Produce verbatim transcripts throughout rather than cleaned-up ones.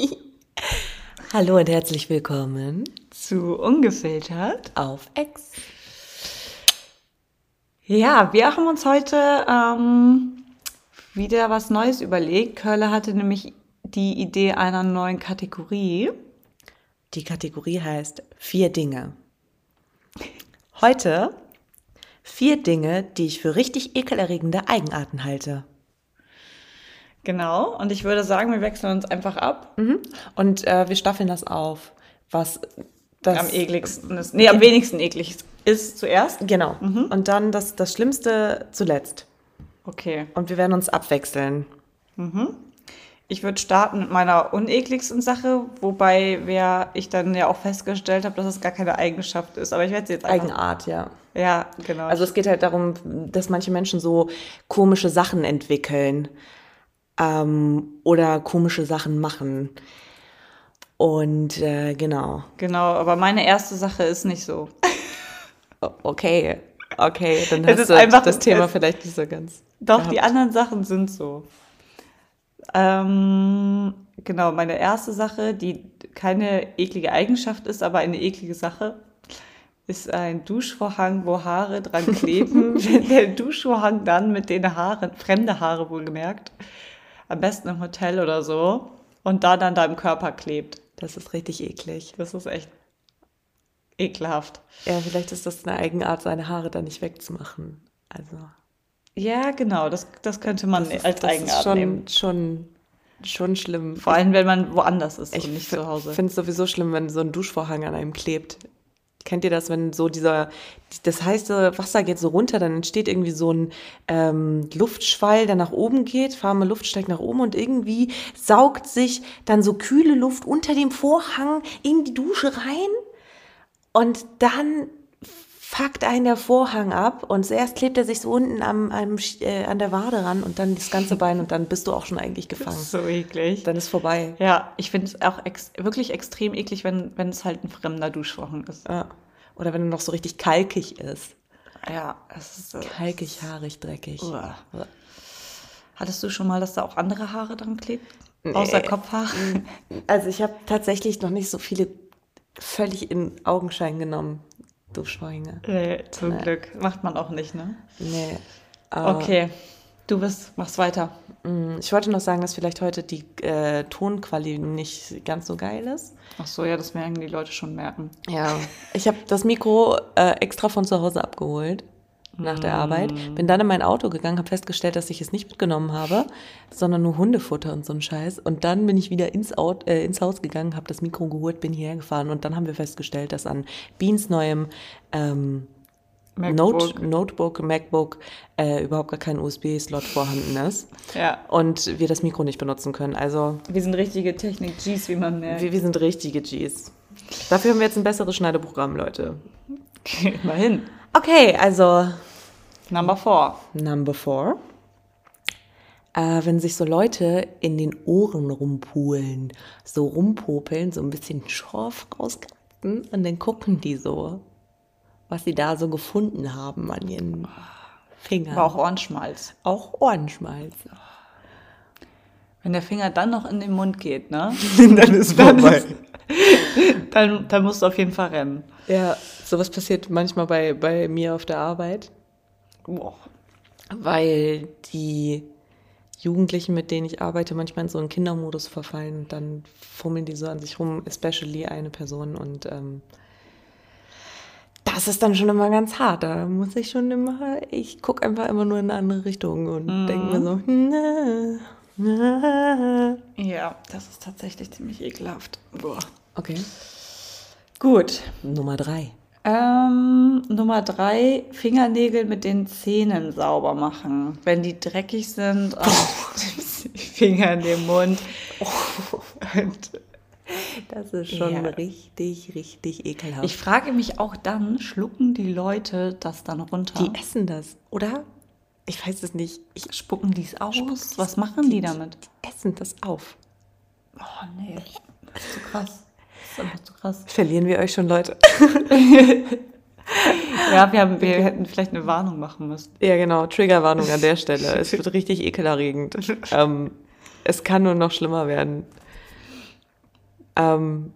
Hallo und herzlich willkommen zu Ungefiltert auf Ex. Ja, wir haben uns heute ähm, wieder was Neues überlegt. Curle hatte nämlich die Idee einer neuen Kategorie. Die Kategorie heißt Vier Dinge. Heute vier Dinge, die ich für richtig ekelerregende Eigenarten halte. Genau, und ich würde sagen, wir wechseln uns einfach ab. Mhm. Und äh, wir staffeln das auf, was das am ekligsten ist. Nee, am wenigsten eklig ist zuerst. Genau. Mhm. Und dann das, das Schlimmste zuletzt. Okay. Und wir werden uns abwechseln. Mhm. Ich würde starten mit meiner unekligsten Sache, wobei wer ich dann ja auch festgestellt habe, dass es gar keine Eigenschaft ist. Aber ich werde sie jetzt einfach... Eigenart, ja. Ja, genau. Also es geht halt darum, dass manche Menschen so komische Sachen entwickeln ähm, oder komische Sachen machen. Und äh, genau. Genau, aber meine erste Sache ist nicht so. Okay, okay, dann Es hast ist du einfach- das Thema es- vielleicht nicht so ganz. Doch, gehabt. die anderen Sachen sind so. Ähm, genau, meine erste Sache, die keine eklige Eigenschaft ist, aber eine eklige Sache, ist ein Duschvorhang, wo Haare dran kleben. Wenn der Duschvorhang dann mit den Haaren, fremde Haare wohlgemerkt, am besten im Hotel oder so, und da dann deinem Körper klebt. Das ist richtig eklig. Das ist echt ekelhaft. Ja, vielleicht ist das eine Eigenart, seine Haare da nicht wegzumachen. Also Ja, genau, das, das könnte man das ist, als das Eigenart ist schon, nehmen. schon, schon schlimm. Vor allem, wenn man woanders ist Ich und nicht f- zu Hause. finde es sowieso schlimm, wenn so ein Duschvorhang an einem klebt. Kennt ihr das, wenn so dieser, das heiße Wasser geht so runter, dann entsteht irgendwie so ein ähm, Luftschwall, der nach oben geht, warme Luft steigt nach oben und irgendwie saugt sich dann so kühle Luft unter dem Vorhang in die Dusche rein und dann fuckt einen der Vorhang ab und zuerst klebt er sich so unten am, am, äh, an der Wade ran und dann das ganze Bein und dann bist du auch schon eigentlich gefangen. So eklig. Dann ist vorbei. Ja, ich finde es auch ex wirklich extrem eklig, wenn, wenn es halt ein fremder Duschvorhang ist. Ja. Oder wenn er noch so richtig kalkig ist. Ja, es ist. Äh, Kalkig, haarig, dreckig. Uah. Hattest du schon mal, dass da auch andere Haare dran klebt? Nee. Außer Kopfhaare? Also ich habe tatsächlich noch nicht so viele völlig in Augenschein genommen, Duschvorhänge. Nee, zum Nee. Glück. Macht man auch nicht, ne? Nee. Aber, Okay, du bist, machst weiter. mh, ich wollte noch sagen, dass vielleicht heute die äh, Tonqualität nicht ganz so geil ist. Ach so, ja, das merken die Leute schon merken. Ja. Ich habe das Mikro äh, extra von zu Hause abgeholt nach der Arbeit. Bin dann in mein Auto gegangen, habe festgestellt, dass ich es nicht mitgenommen habe, sondern nur Hundefutter und so ein Scheiß. Und dann bin ich wieder ins, Auto, äh, ins Haus gegangen, habe das Mikro geholt, bin hierher gefahren und dann haben wir festgestellt, dass an Beans neuem ähm, MacBook. Note, Notebook, MacBook äh, überhaupt gar kein U S B-Slot vorhanden ist Ja, und wir das Mikro nicht benutzen können. Also wir sind richtige Technik-Gs, wie man merkt. wir, wir sind richtige Gs. Dafür haben wir jetzt ein besseres Schneideprogramm, Leute. Immerhin. Okay, also Number four. Number four. Äh, wenn sich so Leute in den Ohren rumpulen, so rumpopeln, so ein bisschen Schorf rauskratzen und dann gucken die so, was sie da so gefunden haben an ihren Fingern. Aber auch Ohrenschmalz. Auch Ohrenschmalz. Wenn der Finger dann noch in den Mund geht, ne? Dann ist vorbei. Dann, dann musst du auf jeden Fall rennen. Ja, sowas passiert manchmal bei, bei mir auf der Arbeit, Boah. weil die Jugendlichen, mit denen ich arbeite, manchmal in so einen Kindermodus verfallen und dann fummeln die so an sich rum, especially eine Person und ähm, das ist dann schon immer ganz hart. Da muss ich schon immer, ich gucke einfach immer nur in eine andere Richtung und Mhm. denke mir so, na, na. Ja, das ist tatsächlich ziemlich ekelhaft. Boah. Okay. Gut. Nummer drei. Ähm, Nummer drei, Fingernägel mit den Zähnen sauber machen. Wenn die dreckig sind, und die Finger in den Mund. Und Das ist schon Ja. richtig, richtig ekelhaft. ich frage mich auch dann, schlucken die Leute das dann runter? Die essen das, oder? Ich weiß es nicht. Ich Spucken die es aus? Spucken die's- Was machen die damit? essen das auf. Oh nee, das ist zu krass. Das ist einfach zu krass. Verlieren wir euch schon, Leute? Ja, wir, haben, wir hätten vielleicht eine Warnung machen müssen. Ja, genau. Triggerwarnung an der Stelle. Es wird richtig ekelerregend. ähm, es kann nur noch schlimmer werden. Ähm,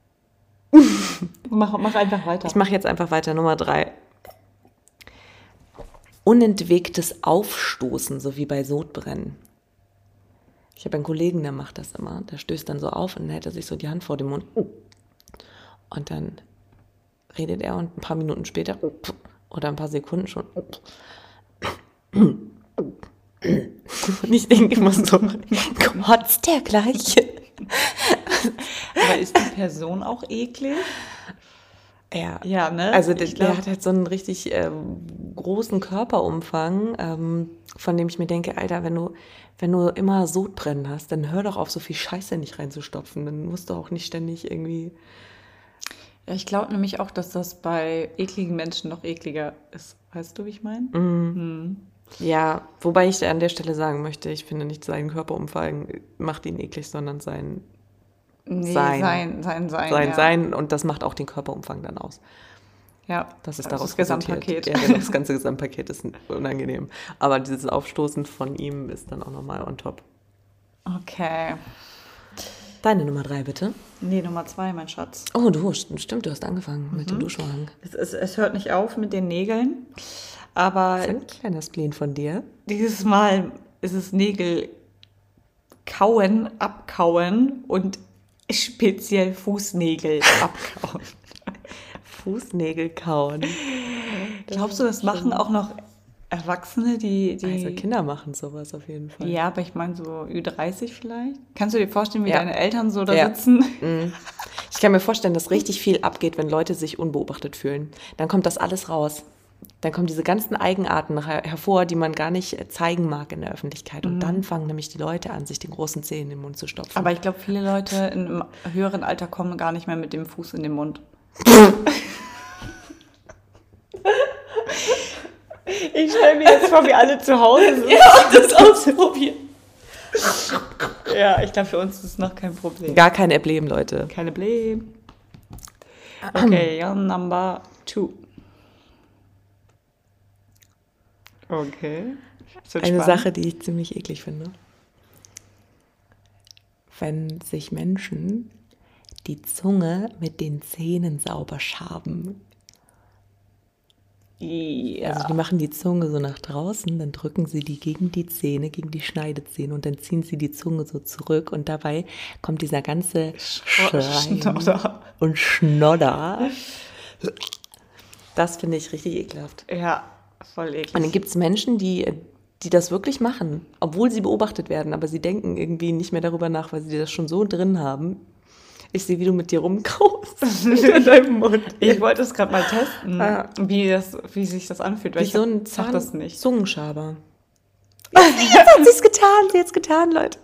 Mach, mach einfach weiter. ich mache jetzt einfach weiter. Nummer drei. Unentwegtes Aufstoßen, so wie bei Sodbrennen. Ich habe einen Kollegen, der macht das immer. Der stößt dann so auf und dann hält er sich so die Hand vor den Mund. Und dann redet er und ein paar Minuten später oder ein paar Sekunden schon. Und ich denke immer so, kotzt der gleich? Aber ist die Person auch eklig? Ja, Ja, ne? Also der, Ich glaub- der hat halt so einen richtig ähm, großen Körperumfang, ähm, von dem ich mir denke, Alter, wenn du, wenn du immer Sodbrennen hast, dann hör doch auf, so viel Scheiße nicht reinzustopfen. Dann musst du auch nicht ständig irgendwie. Ja, ich glaube nämlich auch, dass das bei ekligen Menschen noch ekliger ist. Weißt du, wie ich meine? Ja, wobei ich an der Stelle sagen möchte, ich finde nicht seinen Körperumfang macht ihn eklig, sondern sein Nee, Sein. sein, sein, sein. sein ja. Sein und das macht auch den Körperumfang dann aus. Ja, Das ist also daraus das Gesamtpaket. resultiert. Ja, genau, das ganze Gesamtpaket ist unangenehm. Aber dieses Aufstoßen von ihm ist dann auch nochmal on top. Okay. Deine Nummer drei, bitte. Nee, Nummer zwei, mein Schatz. Oh, du, stimmt, du hast angefangen mit dem Duschvorhang. Es, es, es hört nicht auf mit den Nägeln, aber Das ist ein kleiner Spleen von dir. dieses Mal ist es Nägel kauen, abkauen und speziell Fußnägel abkauen. Fußnägel kauen. Glaubst du, das machen auch noch Erwachsene, die... die Also Kinder machen sowas auf jeden Fall. ja, aber ich meine so Ü dreißig vielleicht. Kannst du dir vorstellen, wie Ja. deine Eltern so da Ja. sitzen? Ich kann mir vorstellen, dass richtig viel abgeht, wenn Leute sich unbeobachtet fühlen. Dann kommt das alles raus. Dann kommen diese ganzen Eigenarten her hervor, die man gar nicht zeigen mag in der Öffentlichkeit. Und dann fangen nämlich die Leute an, sich den großen Zeh in den Mund zu stopfen. Aber ich glaube, viele Leute im höheren Alter kommen gar nicht mehr mit dem Fuß in den Mund. Ich stelle mir jetzt vor, wie alle zu Hause sind. das ausprobieren. Ja, ich glaube, für uns ist es noch kein Problem. Gar kein Problem, Leute. Keine Problem. Okay, ja, number two. Okay. Das wird Eine spannend. Sache, die ich ziemlich eklig finde. Wenn sich Menschen die Zunge mit den Zähnen sauber schaben. Ja. Also die machen die Zunge so nach draußen, dann drücken sie die gegen die Zähne, gegen die Schneidezähne und dann ziehen sie die Zunge so zurück und dabei kommt dieser ganze Schleim Schnodder. und Schnodder. Das finde ich richtig ekelhaft. Ja, voll eklig. Und dann gibt es Menschen, die, die das wirklich machen, obwohl sie beobachtet werden, aber sie denken irgendwie nicht mehr darüber nach, weil sie das schon so drin haben. Ich sehe, wie du mit dir rumkaust in deinem Mund. Ich wollte es gerade mal testen, Ah. wie, das, wie sich das anfühlt. Weil Wie ich so hab- ein mach Zahn das nicht. Zungenschaber. Jetzt hat sie es getan, sie hat es getan, Leute.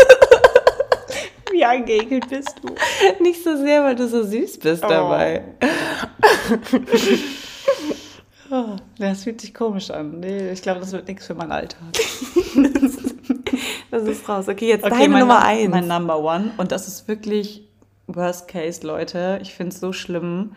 Wie angeekelt bist du? Nicht so sehr, weil du so süß bist dabei. Oh, das fühlt sich komisch an. Nee, ich glaube, das wird nichts für meinen Alltag. Das ist raus. Okay, jetzt Okay, deine mein Nummer Num- eins. Mein Number One. Und das ist wirklich Worst Case, Leute. Ich finde es so schlimm.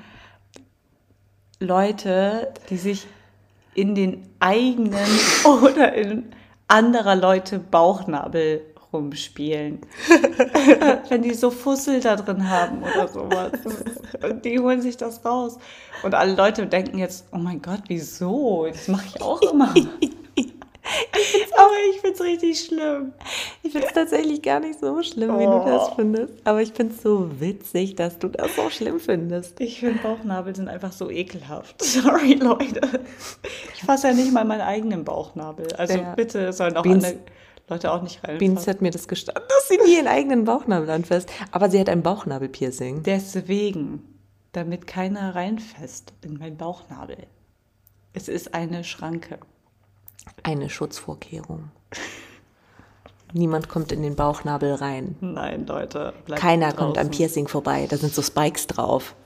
Leute, die sich in den eigenen oder in anderer Leute Bauchnabel rumspielen. Wenn die so Fussel da drin haben oder sowas. Und die holen sich das raus. Und alle Leute denken jetzt, oh mein Gott, wieso? Das mache ich auch immer. Aber ich finde es richtig schlimm. Ich finde es tatsächlich gar nicht so schlimm, wie du das Oh. findest. Aber ich finde es so witzig, dass du das so schlimm findest. Ich finde, Bauchnabel sind einfach so ekelhaft. Sorry, Leute. Ich fasse ja nicht mal meinen eigenen Bauchnabel. Also Ja. bitte sollen auch Beans- andere Leute auch nicht rein. Beans hat mir das gestanden, dass sie nie ihren eigenen Bauchnabel anfasst. Aber sie hat ein Bauchnabelpiercing. Deswegen, damit keiner reinfasst in meinen Bauchnabel. Es ist eine Schranke. Eine Schutzvorkehrung. Niemand kommt in den Bauchnabel rein. Nein, Leute. bleibt Keiner draußen. kommt am Piercing vorbei. Da sind so Spikes drauf.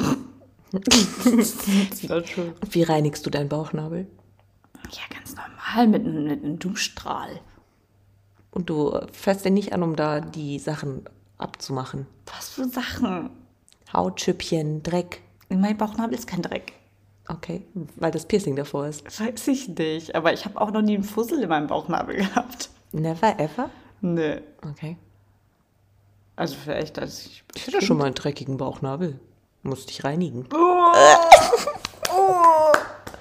Na, schön. Und wie reinigst du deinen Bauchnabel? Ja, ganz normal mit, einem- mit einem Duschstrahl. Und du fährst den nicht an, um da die Sachen abzumachen. Was für Sachen? Hautschüppchen, Dreck. Mein Bauchnabel ist kein Dreck. Okay, weil das Piercing davor ist. Weiß ich nicht. Aber ich habe auch noch nie einen Fussel in meinem Bauchnabel gehabt. Never ever? Nee. Okay. Also vielleicht, als ich... Ich hatte schon mal einen dreckigen Bauchnabel. Musste ich reinigen. Oh. Oh.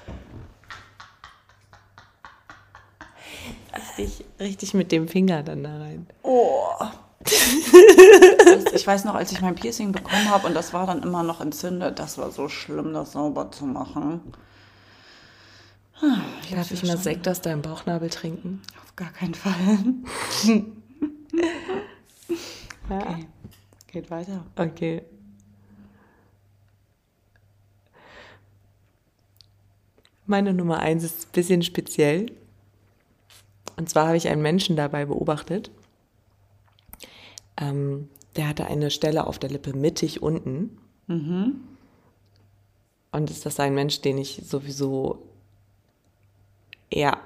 Richtig, richtig mit dem Finger dann da rein. Oh. Ich weiß noch, als ich mein Piercing bekommen habe und das war dann immer noch entzündet, das war so schlimm, das sauber zu machen. Ich Darf ich mal Sekt aus deinem Bauchnabel trinken? Auf gar keinen Fall. Ja. Okay, geht weiter. Okay. Meine Nummer eins ist ein bisschen speziell. Und zwar habe ich einen Menschen dabei beobachtet. Ähm, der hatte eine Stelle auf der Lippe mittig unten. Mhm. Und ist das ein Mensch, den ich sowieso eher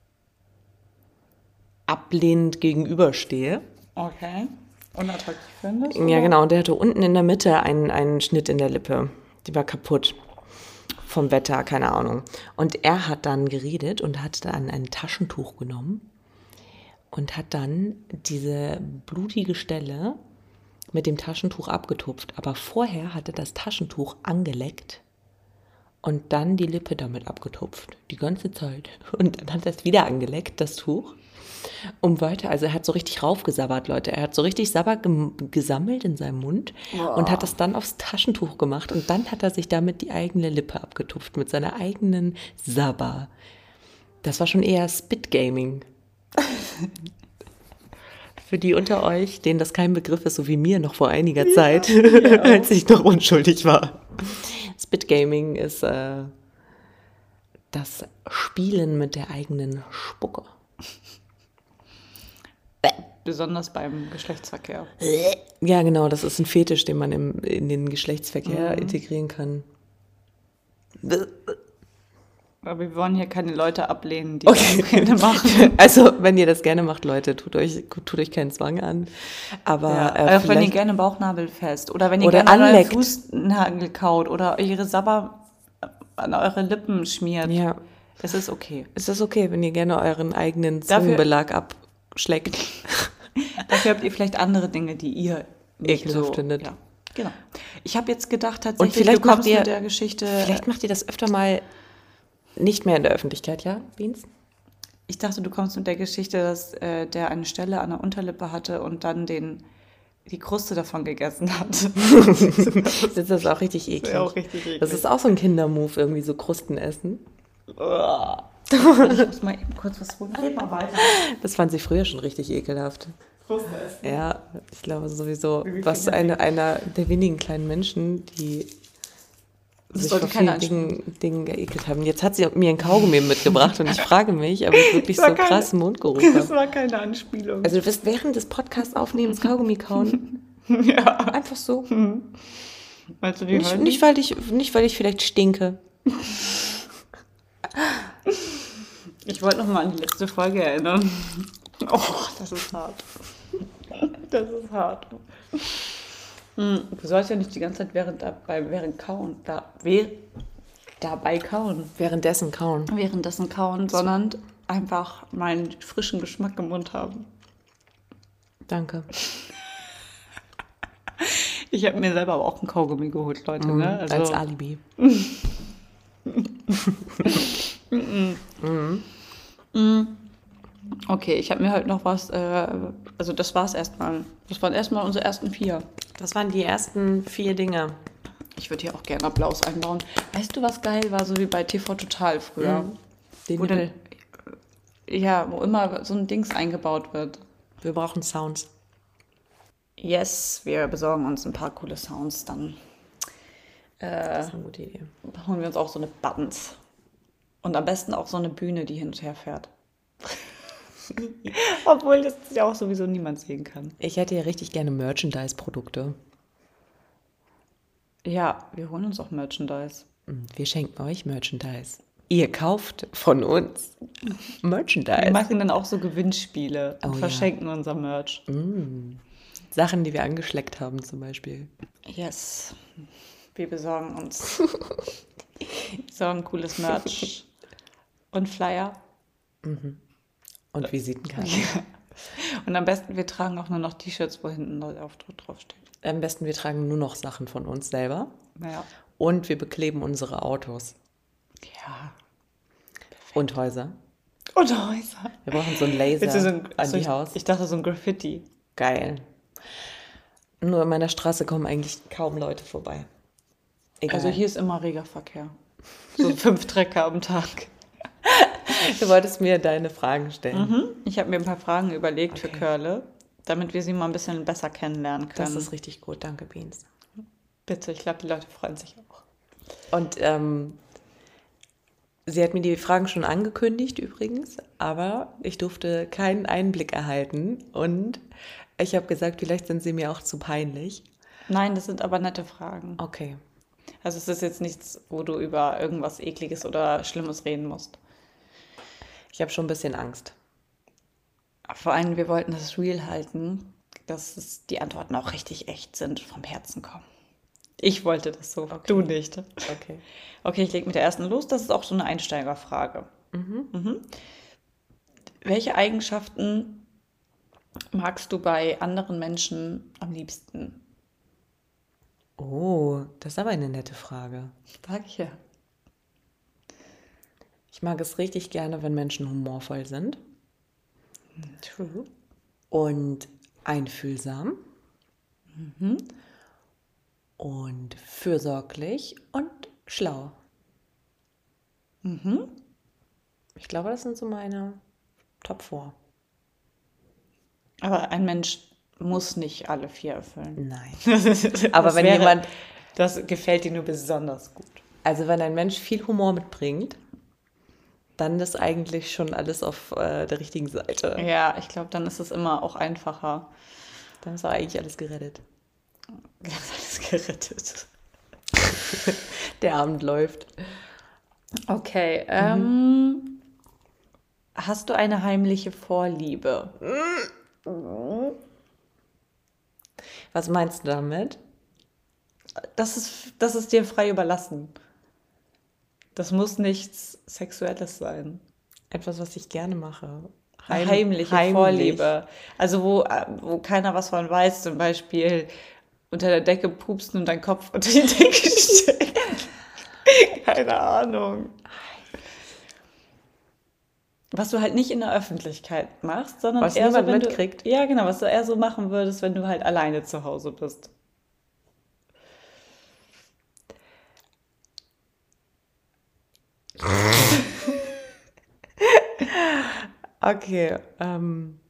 ablehnend gegenüberstehe. Okay. Unattraktiv findest? Ja, oder? genau. Und der hatte unten in der Mitte einen, einen Schnitt in der Lippe. Die war kaputt. Vom Wetter, keine Ahnung. Und er hat dann geredet und hat dann ein Taschentuch genommen und hat dann diese blutige Stelle mit dem Taschentuch abgetupft. Aber vorher hat er das Taschentuch angeleckt und dann die Lippe damit abgetupft. Die ganze Zeit. Und dann hat er es wieder angeleckt, das Tuch. Um weiter, also er hat so richtig raufgesabbert, Leute. Er hat so richtig Sabber gem- gesammelt in seinem Mund Wow. und hat das dann aufs Taschentuch gemacht. Und dann hat er sich damit die eigene Lippe abgetupft mit seiner eigenen Sabber. Das war schon eher Spit-Gaming. Für die unter euch, denen das kein Begriff ist, so wie mir noch vor einiger ja, Zeit, ja. als ich noch unschuldig war. Spit-Gaming ist äh, das Spielen mit der eigenen Spucke. Besonders beim Geschlechtsverkehr. Ja, genau, das ist ein Fetisch, den man im, in den Geschlechtsverkehr Mhm. integrieren kann. Aber wir wollen hier keine Leute ablehnen, die Okay. das gerne machen. Also, wenn ihr das gerne macht, Leute, tut euch, tut euch keinen Zwang an. Aber Ja, äh, auch wenn ihr vielleicht, gerne Bauchnabel fest oder wenn ihr Oder gerne an euren anleckt. Fußnagel kaut oder eure Sabber an eure Lippen schmiert. ja, Es ist okay. ist das okay, wenn ihr gerne euren eigenen Dafür- Zungenbelag abschleckt? Dafür habt ihr vielleicht andere Dinge, die ihr nicht Ekelhaft so, findet. Ja, genau. Ich habe jetzt gedacht, tatsächlich, vielleicht du kommst macht ihr- mit der Geschichte. Vielleicht macht ihr das öfter mal nicht mehr in der Öffentlichkeit, ja, Beans? Ich dachte, du kommst mit der Geschichte, dass äh, der eine Stelle an der Unterlippe hatte und dann den die Kruste davon gegessen hat. Das ist auch richtig eklig. richtig eklig. Das ist auch so ein Kindermove, irgendwie so Krusten essen. Ich muss mal eben kurz was holen. Red mal weiter. Das fand sie früher schon richtig ekelhaft. Kruste essen. Ja, ich glaube sowieso, Wie was Kinder- eine, einer der wenigen kleinen Menschen, die Das sich sollte vor vielen keiner Dingen, Dingen geekelt haben. Jetzt hat sie mir ein Kaugummi mitgebracht und ich frage mich, ob ich wirklich Das war so keine- krass Mundgeruch Das habe. war keine Anspielung. Also du wirst während des Podcasts-Aufnehmens Kaugummi kauen. ja. Einfach so. Meinst du die Nicht, hören? nicht, weil ich, nicht, weil ich vielleicht stinke. Ich wollte noch mal an die letzte Folge erinnern. Oh, das ist hart. Das ist hart. Hm, Du sollst ja nicht die ganze Zeit während dabei während kauen, da, weh, dabei kauen, Währenddessen kauen. währenddessen kauen, sondern einfach mal einen frischen Geschmack im Mund haben. Danke. Ich habe mir selber aber auch einen Kaugummi geholt, Leute. Ne? Also, Als Alibi. okay, ich habe mir halt noch was, äh, also das war's erstmal. Das waren erstmal unsere ersten vier. Das waren die ersten vier Dinge. Ich würde hier auch gerne Applaus einbauen. Weißt du, was geil war, so wie bei T V Total früher? Den Wo dann, Nippel. ja, wo immer so ein Dings eingebaut wird. Wir brauchen Sounds. Yes, wir besorgen uns ein paar coole Sounds, dann Das ist eine gute Idee. holen wir uns auch so eine Buttons. Und am besten auch so eine Bühne, die hin und her fährt. Obwohl das ja auch sowieso niemand sehen kann. Ich hätte ja richtig gerne Merchandise-Produkte. Ja, wir holen uns auch Merchandise. Wir schenken euch Merchandise. Ihr kauft von uns Wir Merchandise. machen dann auch so Gewinnspiele und Oh ja. verschenken unser Merch. Sachen, die wir angeschleckt haben zum Beispiel. Yes. Wir besorgen uns besorgen cooles Merch und Flyer. Und Visitenkarten. Und Und am besten, wir tragen auch nur noch T-Shirts, wo hinten der Aufdruck draufsteht. Am besten, wir tragen nur noch Sachen von uns selber Ja. und wir bekleben unsere Autos Ja. und Häuser. Und Häuser. Wir brauchen so einen Laser Willst du so ein, an so die ich, Haus. ich dachte so ein Graffiti. Geil. Nur in meiner Straße kommen eigentlich kaum Leute vorbei. Egal. Also hier ist immer reger Verkehr. So fünf Trecker am Tag. Du wolltest mir deine Fragen stellen. Mhm. Ich habe mir ein paar Fragen überlegt Okay. für Curle, damit wir sie mal ein bisschen besser kennenlernen können. Das ist richtig gut, danke Beans. Bitte, ich glaube, die Leute freuen sich auch. Und ähm, sie hat mir die Fragen schon angekündigt übrigens, aber ich durfte keinen Einblick erhalten und ich habe gesagt, vielleicht sind sie mir auch zu peinlich. Nein, das sind aber nette Fragen. Okay. Also es ist jetzt nichts, wo du über irgendwas Ekliges oder Schlimmes reden musst. Ich habe schon ein bisschen Angst. Vor allem, wir wollten das real halten, dass es die Antworten auch richtig echt sind, vom Herzen kommen. Ich wollte das so, Okay. du nicht. Okay. Okay, ich lege mit der ersten los. Das ist auch so eine Einsteigerfrage. Mhm. Welche Eigenschaften magst du bei anderen Menschen am liebsten? Oh, das ist aber eine nette Frage. Sag ich ja. Ich mag es richtig gerne, wenn Menschen humorvoll sind True. und einfühlsam und fürsorglich und schlau. Ich glaube, das sind so meine Top vier. Aber ein Mensch muss nicht alle vier erfüllen. Nein. Das Aber wenn wäre- jemand, Das gefällt dir nur besonders gut. also wenn ein Mensch viel Humor mitbringt, dann ist eigentlich schon alles auf äh, der richtigen Seite. Ja, ich glaube, dann ist es immer auch einfacher. Dann ist auch eigentlich alles gerettet. Ja, alles gerettet. Der Abend läuft. Okay, ähm, hast du eine heimliche Vorliebe? Was meinst du damit? Das ist, das ist dir frei überlassen. Das muss nichts Sexuelles sein. Etwas, was ich gerne mache. Eine Heim- heimliche heimlich. Vorliebe. Also wo, äh, wo keiner was von weiß, zum Beispiel unter der Decke pupsen und dein Kopf unter die Decke stecken. Keine Ahnung. Was du halt nicht in der Öffentlichkeit machst, sondern Was eher so, niemand wenn mitkriegt. Du, ja, genau, was du eher so machen würdest, wenn du halt alleine zu Hause bist. Okay, ähm,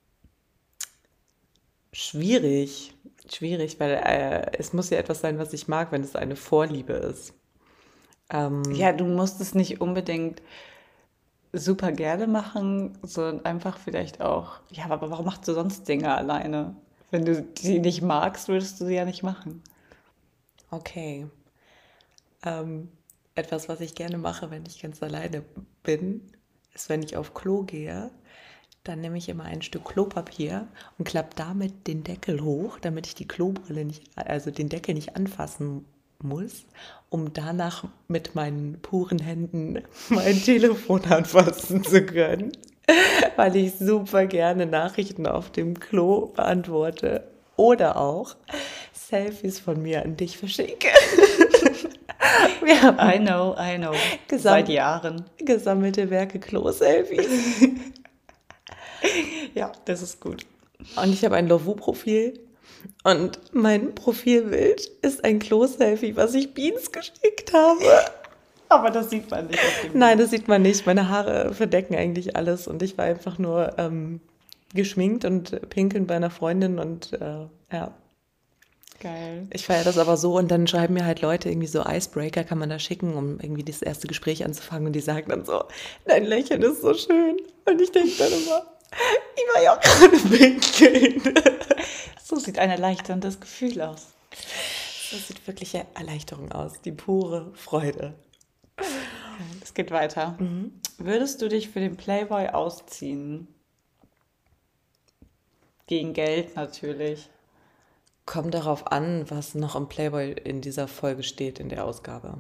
schwierig. Schwierig, weil äh, es muss ja etwas sein, was ich mag, wenn es eine Vorliebe ist. Ähm, Ja, du musst es nicht unbedingt super gerne machen, sondern einfach vielleicht auch, ja, aber warum machst du sonst Dinge alleine? Wenn du die nicht magst, würdest du sie ja nicht machen. Okay. Ähm, etwas, was ich gerne mache, wenn ich ganz alleine bin, ist, wenn ich auf Klo gehe, dann nehme ich immer ein Stück Klopapier und klappe damit den Deckel hoch, damit ich die Klobrille nicht, also den Deckel nicht anfassen muss, um danach mit meinen puren Händen mein Telefon anfassen zu können, weil ich super gerne Nachrichten auf dem Klo beantworte oder auch Selfies von mir an dich verschicke. Wir haben I know, I know. Gesamt- Seit Jahren. gesammelte Werke Klo-Selfies. Ja, das ist gut. Und ich habe ein Lovoo-Profil. Und mein Profilbild ist ein Klo-Selfie, was ich Beans geschickt habe. Aber das sieht man nicht auf dem Nein, das sieht man nicht. Meine Haare verdecken eigentlich alles. Und ich war einfach nur ähm, geschminkt und pinkeln bei einer Freundin. Und äh, ja, Geil. ich feiere das aber so. Und dann schreiben mir halt Leute irgendwie so Icebreaker, kann man da schicken, um irgendwie das erste Gespräch anzufangen. Und die sagen dann so, dein Lächeln ist so schön. Und ich denke dann immer, ich war ja auch gerade pinkeln. So sieht ein erleichterndes Gefühl aus. Das sieht wirklich eine Erleichterung aus. Die pure Freude. Es geht weiter. Würdest du dich für den Playboy ausziehen? Gegen Geld natürlich. Kommt darauf an, was noch im Playboy in dieser Folge steht, in der Ausgabe.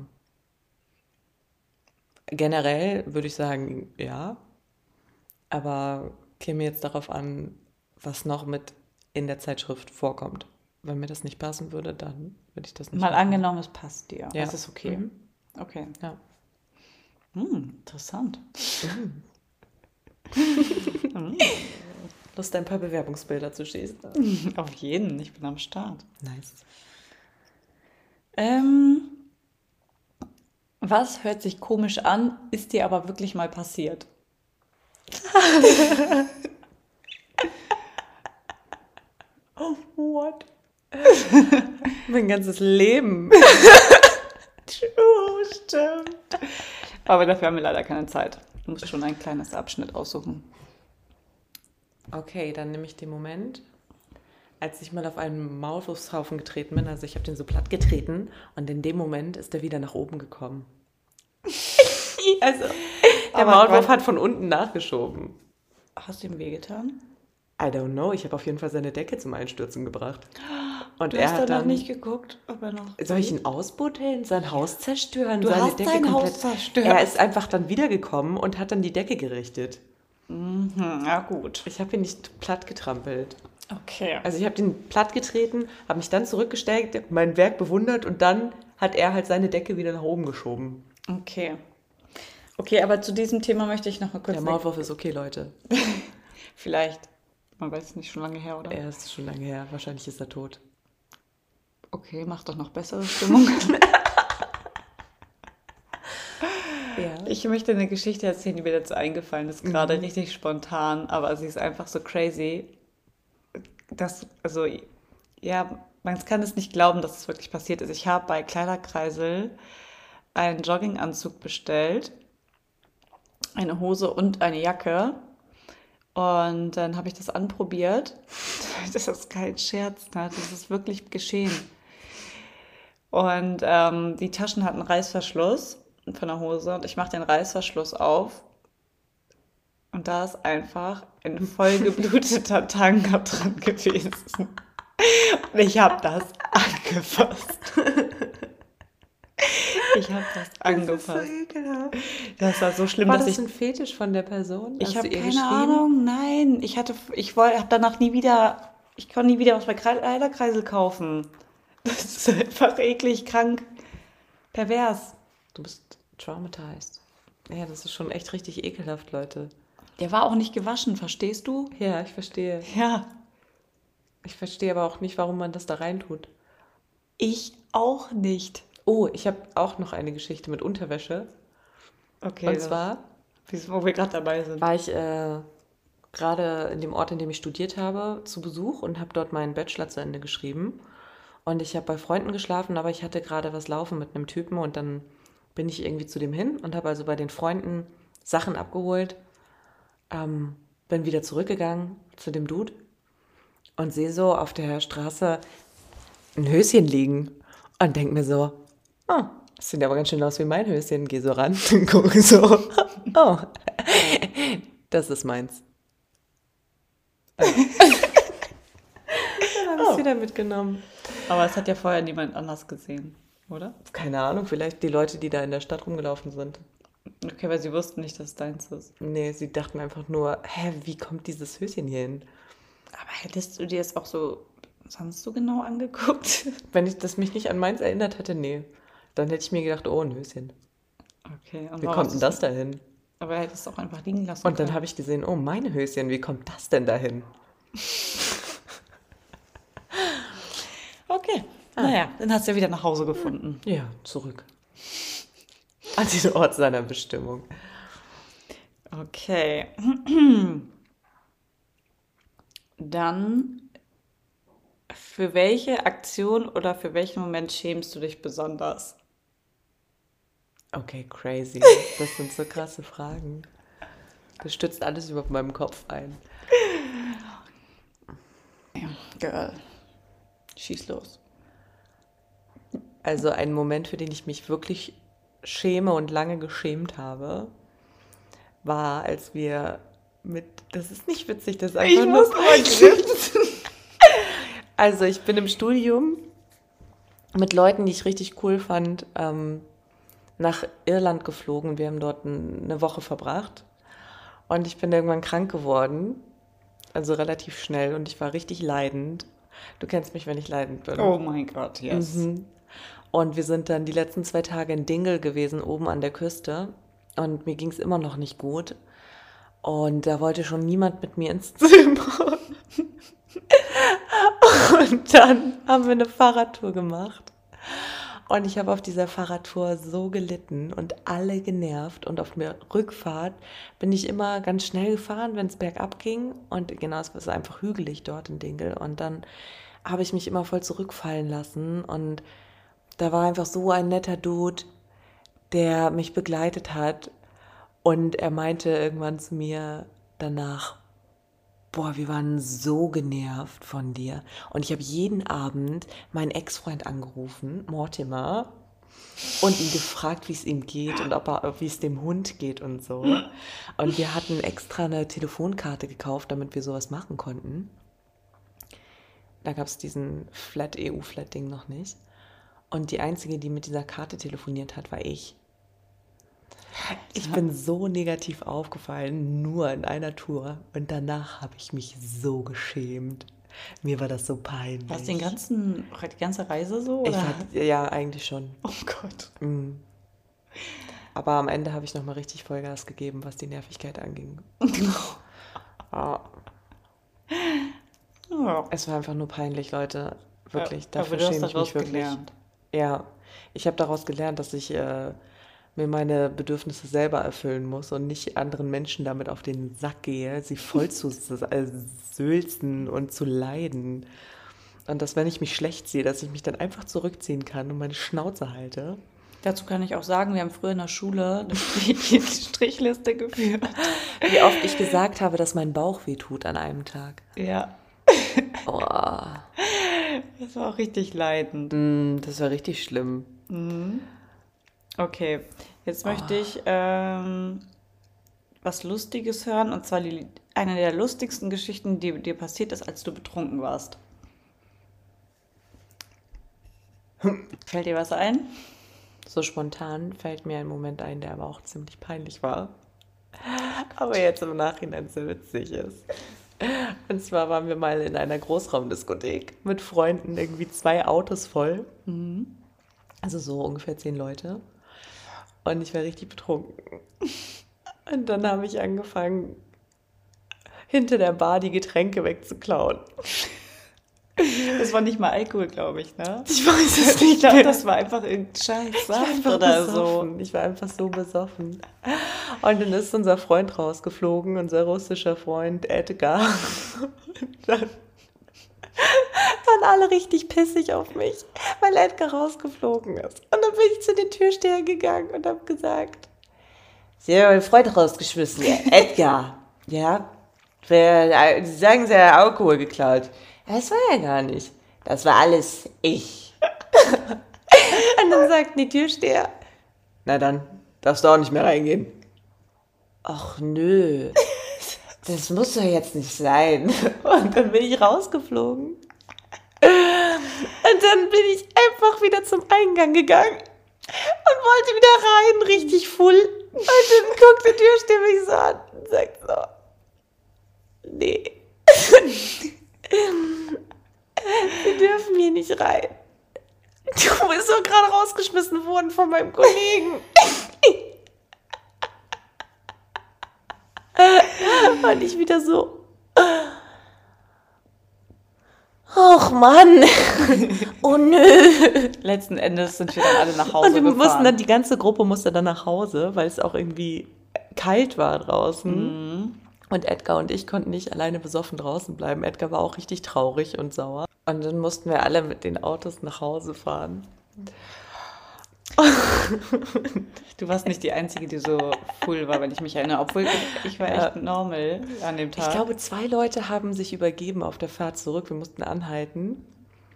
Generell würde ich sagen, ja. Aber käme jetzt darauf an, was noch mit in der Zeitschrift vorkommt. Wenn mir das nicht passen würde, dann würde ich das nicht Mal machen. angenommen, es passt dir. Ja. Das ist okay. Mhm. Okay. Ja. Hm, interessant. Lust, ein paar Bewerbungsbilder zu schießen. Auf jeden, ich bin am Start. Nice. Ähm, was hört sich komisch an, ist dir aber wirklich mal passiert? Oh, what? Mein ganzes Leben. Oh, stimmt. Aber dafür haben wir leider keine Zeit. Du musst schon ein kleines Abschnitt aussuchen. Okay, dann nehme ich den Moment, als ich mal auf einen Maulwurfshaufen getreten bin. Also ich habe den so platt getreten und in dem Moment ist er wieder nach oben gekommen. Also der Aber Maulwurf Gott. hat von unten nachgeschoben. Hast du ihm wehgetan? I don't know, ich habe auf jeden Fall seine Decke zum Einstürzen gebracht. Und Du er hast hat danach dann... nicht geguckt, ob er noch... Soll ich ihn ausbuddeln, sein Haus zerstören, Du seine hast Decke sein komplett... Haus zerstört. Er ist einfach dann wiedergekommen und hat dann die Decke gerichtet. Mhm, ja, gut. Ich habe ihn nicht platt getrampelt. Okay. Also ich habe den platt getreten, habe mich dann zurückgesteckt, mein Werk bewundert und dann hat er halt seine Decke wieder nach oben geschoben. Okay. Okay, aber zu diesem Thema möchte ich noch mal kurz... Der Maulwurf ist okay, Leute. Vielleicht. Man weiß es nicht, schon lange her, oder? Er ist schon lange her, wahrscheinlich ist er tot. Okay, macht doch noch bessere Stimmung. Ja. Ich möchte eine Geschichte erzählen, die mir dazu eingefallen ist, gerade richtig spontan, aber sie ist einfach so crazy, dass, also, ja, man kann es nicht glauben, dass es wirklich passiert ist. Ich habe bei Kleiderkreisel einen Jogginganzug bestellt, eine Hose und eine Jacke. Und dann habe ich das anprobiert. Das ist kein Scherz, ne? Das ist wirklich geschehen. Und ähm, die Taschen hatten Reißverschluss von der Hose und ich mache den Reißverschluss auf und da ist einfach ein vollgebluteter Tanga dran gewesen. Und ich habe das angefasst. Ich habe das angefasst. Das ist so ekelhaft. Das war so schlimm, War dass das ich... ein Fetisch von der Person? Ich Hast habe du ihr keine geschrieben? Ahnung, nein. Ich hatte, ich wollte, habe danach nie wieder, ich konnte nie wieder was bei Kleiderkreisel kaufen. Das ist einfach eklig, krank, pervers. Du bist traumatized. Ja, das ist schon echt richtig ekelhaft, Leute. Der war auch nicht gewaschen, verstehst du? Ja, ich verstehe. Ja. Ich verstehe aber auch nicht, warum man das da reintut. Ich auch nicht. Oh, ich habe auch noch eine Geschichte mit Unterwäsche. Okay. Und das- zwar wie- wo wir gerade dabei sind. war ich äh, gerade in dem Ort, in dem ich studiert habe, zu Besuch und habe dort meinen Bachelor zu Ende geschrieben. Und ich habe bei Freunden geschlafen, aber ich hatte gerade was laufen mit einem Typen und dann bin ich irgendwie zu dem hin und habe also bei den Freunden Sachen abgeholt, ähm, bin wieder zurückgegangen zu dem Dude und sehe so auf der Straße ein Höschen liegen und denke mir so, oh, das sieht aber ganz schön aus wie mein Höschen. Gehe so ran und gucke so, oh, das ist meins. Dann habe ich es Oh. wieder mitgenommen. Aber es hat ja vorher niemand anders gesehen, oder? Keine Ahnung, vielleicht die Leute, die da in der Stadt rumgelaufen sind. Okay, weil sie wussten nicht, dass es deins ist. Nee, sie dachten einfach nur, hä, wie kommt dieses Höschen hier hin? Aber hättest du dir es auch so sonst so genau angeguckt? Wenn ich das mich nicht an meins erinnert hätte, nee. Dann hätte ich mir gedacht, oh, ein Höschen. Okay. Und Wie warum kommt hast denn du's- das da hin? Aber er hätte es auch einfach liegen lassen Und dann können. habe ich gesehen, oh, meine Höschen, wie kommt das denn da hin? Okay. Naja, dann hast du ja wieder nach Hause gefunden. Ja, zurück. An den Ort seiner Bestimmung. Okay. Dann, für welche Aktion oder für welchen Moment schämst du dich besonders? Okay, crazy. Das sind so krasse Fragen. Das stützt alles über meinem Kopf ein. Girl. Schieß los. Also ein Moment, für den ich mich wirklich schäme und lange geschämt habe, war, als wir mit, das ist nicht witzig, das ist einfach nur, also ich bin im Studium mit Leuten, die ich richtig cool fand, ähm, nach Irland geflogen. Wir haben dort ein, eine Woche verbracht und ich bin irgendwann krank geworden Also relativ schnell und ich war richtig leidend. Du kennst mich, wenn ich leidend bin. Oh mein Gott, yes. Mhm. Und wir sind dann die letzten zwei Tage in Dingle gewesen, oben an der Küste. Und mir ging es immer noch nicht gut. Und da wollte schon niemand mit mir ins Zimmer. Und dann haben wir eine Fahrradtour gemacht. Und ich habe auf dieser Fahrradtour so gelitten und alle genervt. Und auf der Rückfahrt bin ich immer ganz schnell gefahren, wenn es bergab ging. Und genau, es war einfach hügelig dort in Dingle. Und dann habe ich mich immer voll zurückfallen lassen. Und da war einfach so ein netter Dude, der mich begleitet hat. Und er meinte irgendwann zu mir danach, boah, wir waren so genervt von dir. Und ich habe jeden Abend meinen Ex-Freund angerufen, Mortimer, und ihn gefragt, wie es ihm geht und ob er, wie es dem Hund geht und so. Und wir hatten extra eine Telefonkarte gekauft, damit wir sowas machen konnten. Da gab es diesen Flat, E U-Flat-Ding noch nicht. Und die Einzige, die mit dieser Karte telefoniert hat, war ich. Ich bin so negativ aufgefallen, nur in einer Tour. Und danach habe ich mich so geschämt. Mir war das so peinlich. War es den ganzen, die ganze Reise so? Ich Oder? war, ja, eigentlich schon. Oh Gott. Mhm. Aber am Ende habe ich nochmal richtig Vollgas gegeben, was die Nervigkeit anging. Ja. Ja. Es war einfach nur peinlich, Leute. Wirklich, Ja, dafür aber du hast schäme ich daraus mich wirklich. gelernt. Ja, ich habe daraus gelernt, dass ich äh, mir meine Bedürfnisse selber erfüllen muss und nicht anderen Menschen damit auf den Sack gehe, sie voll zu s- äh, sülzen und zu leiden. Und dass, wenn ich mich schlecht sehe, dass ich mich dann einfach zurückziehen kann und meine Schnauze halte. Dazu kann ich auch sagen, wir haben früher in der Schule eine Strich- Strichliste geführt. Wie oft ich gesagt habe, dass mein Bauch weh tut an einem Tag. Ja, Oh, das war auch richtig leidend. mm, das war richtig schlimm. Okay, jetzt möchte ich ähm, was Lustiges hören. Und zwar die, eine der lustigsten Geschichten, die dir passiert ist, als du betrunken warst. Fällt dir was ein? So spontan fällt mir ein Moment ein, der aber auch ziemlich peinlich war. Aber jetzt im Nachhinein so witzig ist. Und zwar waren wir mal in einer Großraumdiskothek mit Freunden, irgendwie zwei Autos voll. Also so ungefähr zehn Leute. Und ich war richtig betrunken. Und dann habe ich angefangen, hinter der Bar die Getränke wegzuklauen. Das war nicht mal Alkohol, glaube ich, ne? Ich weiß es Ich nicht glaube, mehr. das war einfach irgendein Scheiß Ich war Saft einfach oder so. besoffen. Ich war einfach so besoffen. Und dann ist unser Freund rausgeflogen, unser russischer Freund Edgar. Und dann waren alle richtig pissig auf mich, weil Edgar rausgeflogen ist. Und dann bin ich zu den Türstehern gegangen und habe gesagt, Sie haben meinen Freund rausgeschmissen, ja, Edgar. Ja, wer, Sie sagen, Sie haben Alkohol geklaut. Das war ja gar nicht. Das war alles ich. Und dann sagten die Türsteher, na dann, darfst du auch nicht mehr reingehen. Ach nö, das muss doch jetzt nicht sein. Und dann bin ich rausgeflogen. Und dann bin ich einfach wieder zum Eingang gegangen und wollte wieder rein, richtig full. Und dann guckt der Türsteher mich so an und sagt so, nee, wir dürfen hier nicht rein. Du bist doch gerade rausgeschmissen worden von meinem Kollegen. Und ich wieder so, ach Mann, oh nö. Letzten Endes sind wir dann alle nach Hause Und wir gefahren. mussten dann, die ganze Gruppe musste dann nach Hause, weil es auch irgendwie kalt war draußen. Und Edgar und ich konnten nicht alleine besoffen draußen bleiben. Edgar war auch richtig traurig und sauer. Und dann mussten wir alle mit den Autos nach Hause fahren. Du warst nicht die Einzige, die so full war, wenn ich mich erinnere. Obwohl ich, ich war Ja. echt normal an dem Tag. Ich glaube, zwei Leute haben sich übergeben auf der Fahrt zurück. Wir mussten anhalten.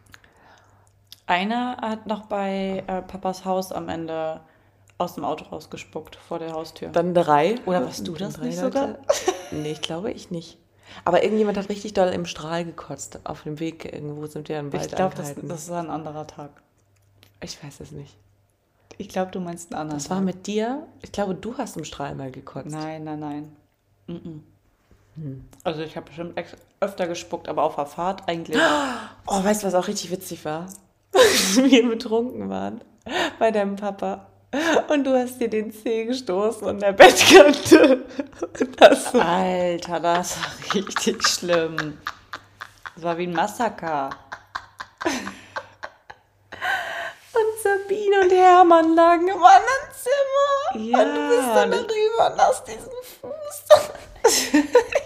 Einer hat noch bei äh, Papas Haus am Ende aus dem Auto rausgespuckt vor der Haustür. Dann drei. Oder warst du das Drei nicht Leute. sogar? Nee, ich glaube ich nicht. Aber irgendjemand hat richtig doll im Strahl gekotzt. Auf dem Weg irgendwo sind wir im Wald Ich glaube, das, angehalten. das war ein anderer Tag. Ich weiß es nicht. Ich glaube, du meinst einen anderen Das war Tag. mit dir? Ich glaube, du hast im Strahl mal gekotzt. Nein, nein, nein. Mhm. Also ich habe bestimmt ex öfter gespuckt, aber auf der Fahrt eigentlich. Oh, weißt du, was auch richtig witzig war? Wir betrunken waren bei deinem Papa. Und du hast dir den Zeh gestoßen an der Bettkante. Und das Alter, das war richtig schlimm. Das war wie ein Massaker. Und Sabine und Hermann lagen im anderen Zimmer. Ja, Und du bist dann und darüber und hast diesen Fuß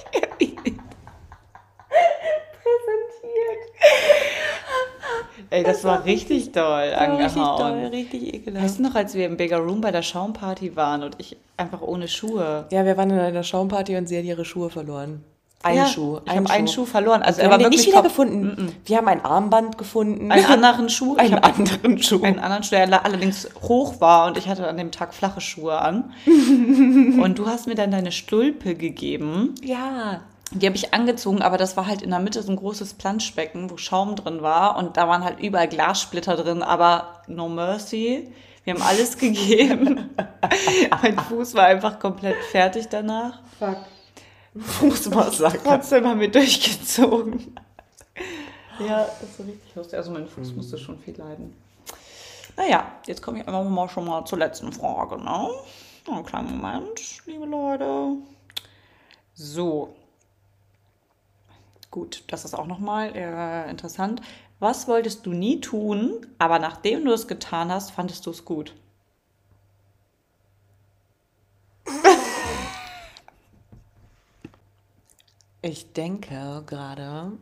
präsentiert. Ey, das, war richtig doll Das war richtig angehauen. doll, richtig ekelhaft. Weißt du noch, als wir im Bigger Room bei der Schaumparty waren und ich einfach ohne Schuhe. Ja, wir waren in einer Schaumparty und sie hat ihre Schuhe verloren. Einen ja, Schuh. Ich habe einen Schuh verloren. Also Wir er haben war den nicht wirklich wieder kom- gefunden. Wir haben ein Armband gefunden. einen anderen Schuh. Ich einen hab anderen Schuh. einen anderen Schuh, der allerdings hoch war und ich hatte an dem Tag flache Schuhe an. Und du hast mir dann deine Stulpe gegeben. Ja. Die habe ich angezogen, aber das war halt in der Mitte so ein großes Planschbecken, wo Schaum drin war und da waren halt überall Glassplitter drin, aber no mercy. Wir haben alles gegeben. Mein Fuß war einfach komplett fertig danach. Fuck. Fußmassaker. Trotzdem haben wir durchgezogen. Ja, das ist so richtig lustig. Also mein Fuß musste schon viel leiden. Naja, jetzt komme ich einfach mal schon mal zur letzten Frage. Ne? Noch einen kleinen Moment, liebe Leute. So. Gut, das ist auch nochmal äh, interessant. Was wolltest du nie tun, aber nachdem du es getan hast, fandest du es gut? Ich denke gerade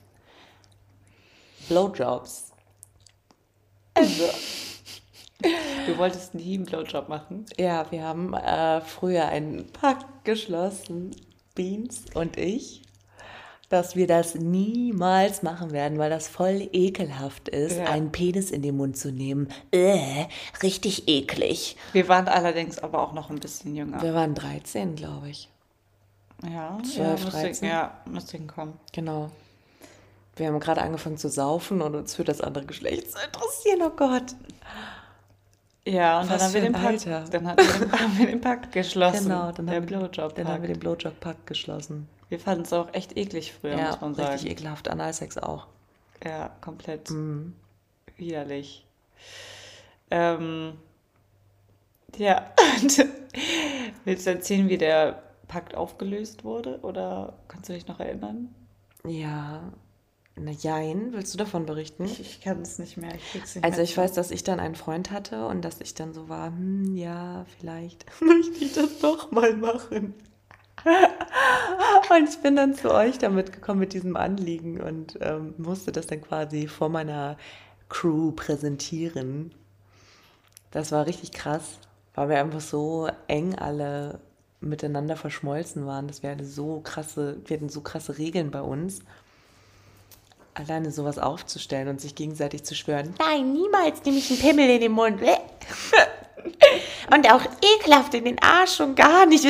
Blowjobs. Also, Du wolltest nie einen Blowjob machen? ja, wir haben äh, früher einen Pakt geschlossen, Beans und ich, dass wir das niemals machen werden, weil das voll ekelhaft ist, Ja. einen Penis in den Mund zu nehmen. Äh, richtig eklig. Wir waren allerdings aber auch noch ein bisschen jünger. Wir waren dreizehn, glaube ich. Ja, zwölf, ja, müsste, dreizehn. ja, müsste hinkommen. Genau. Wir haben gerade angefangen zu saufen und uns für das andere Geschlecht zu interessieren. Oh Gott. Ja, und Was dann haben wir für den ein Pakt, Alter. dann hatten wir den, haben wir den Pakt geschlossen. Genau, dann der haben, wir- Blowjob. dann haben wir den Blowjob-Pakt geschlossen. Wir fanden es auch echt eklig früher, Ja, muss man richtig sagen. ekelhaft. Analsex auch. Ja, komplett Mhm. widerlich. Ähm, ja, und willst du erzählen, wie der Pakt aufgelöst wurde? Oder kannst du dich noch erinnern? Ja, na jein, willst du davon berichten? Ich, ich kann es nicht mehr. Ich krieg's nicht Also mehr ich weiß, dass ich dann einen Freund hatte und dass ich dann so war, hm, ja, vielleicht möchte ich das doch mal machen. Und ich bin dann zu euch damit gekommen mit diesem Anliegen und ähm, musste das dann quasi vor meiner Crew präsentieren. Das war richtig krass, weil wir einfach so eng alle miteinander verschmolzen waren, dass wir alle so krasse, wir hatten so krasse Regeln bei uns. Alleine sowas aufzustellen und sich gegenseitig zu schwören, nein, niemals nehme ich einen Pimmel in den Mund. Und auch ekelhaft in den Arsch schon gar nicht.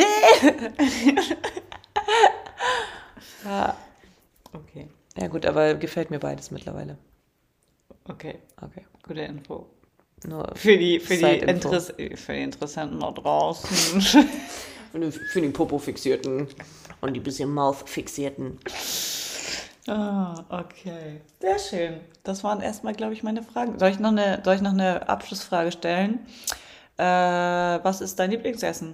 Ja. Okay, Ja gut, aber gefällt mir beides mittlerweile. okay, Okay. gute Info. Nur Für die, für die, Side-Info. Interess für die Interessenten da draußen. für die Popo-Fixierten und die bisschen Mouth-Fixierten. Ah, okay. Sehr schön. Das waren erstmal, glaube ich, meine Fragen. Soll ich noch eine, soll ich noch eine Abschlussfrage stellen? Äh, was ist dein Lieblingsessen?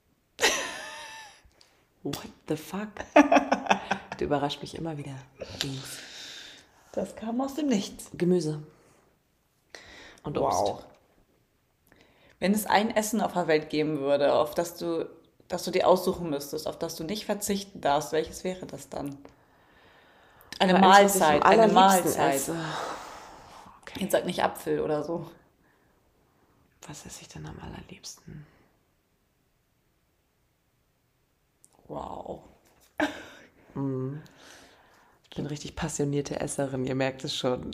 What the fuck? Du überrascht mich immer wieder. Dings. Das kam aus dem Nichts. Gemüse. Und Obst. Wow. Wenn es ein Essen auf der Welt geben würde, auf das du, das du dir aussuchen müsstest, auf das du nicht verzichten darfst, welches wäre das dann? Eine Aber eins, was ich Mahlzeit, am eine allerliebsten Mahlzeit. esse. Okay. Jetzt sag nicht Apfel oder so. Was esse ich denn am allerliebsten? Wow. Ich bin richtig passionierte Esserin, ihr merkt es schon.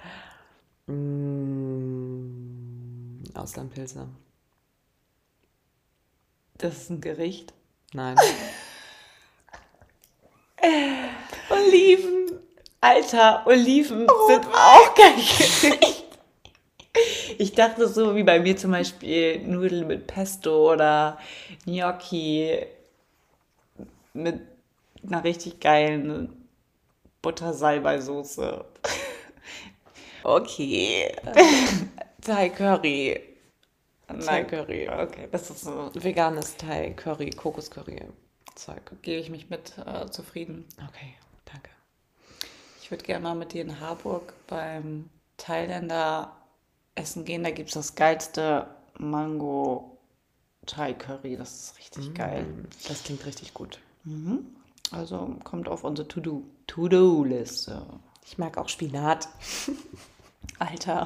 Mm, Auslandpilze. Das ist ein Gericht. Nein. Oliven. Alter, Oliven sind auch kein Gericht. Ich dachte so wie bei mir zum Beispiel Nudeln mit Pesto oder Gnocchi mit einer richtig geilen Butter-Salbei-Soße. Okay. Thai Curry. Thai Curry. Okay, das ist so. Veganes Thai Curry, Kokoscurry. Zeug. Gebe ich mich mit äh, zufrieden. Okay, danke. Ich würde gerne mal mit dir in Harburg beim Thailänder essen gehen. Da gibt es das geilste Mango Thai Curry. Das ist richtig geil. Das klingt richtig gut. Also kommt auf unsere To-Do, To-Do-Liste. Ich mag auch Spinat. Alter.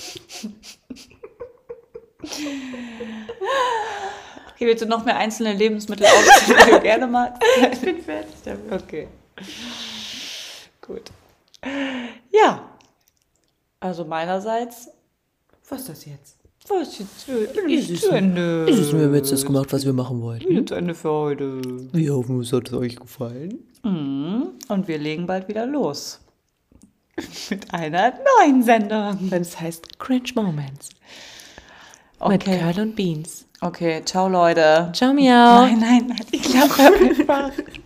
Okay, willst du noch mehr einzelne Lebensmittel aufzählen, die du gerne magst? Ich bin fertig damit. Okay. Gut. Ja. Also meinerseits. Was ist das jetzt? Was jetzt? Ist zu Ende. Es ist, wir haben jetzt das gemacht, was wir machen wollten. Jetzt Ende für heute. Wir hoffen, es hat euch gefallen. Und wir legen bald wieder los. Mit einer neuen Sendung. Wenn es heißt Cringe Moments. Mit Okay. Curl und Beans. Okay, ciao Leute. Ciao, miau. Nein, nein, halt die Klappe einfach.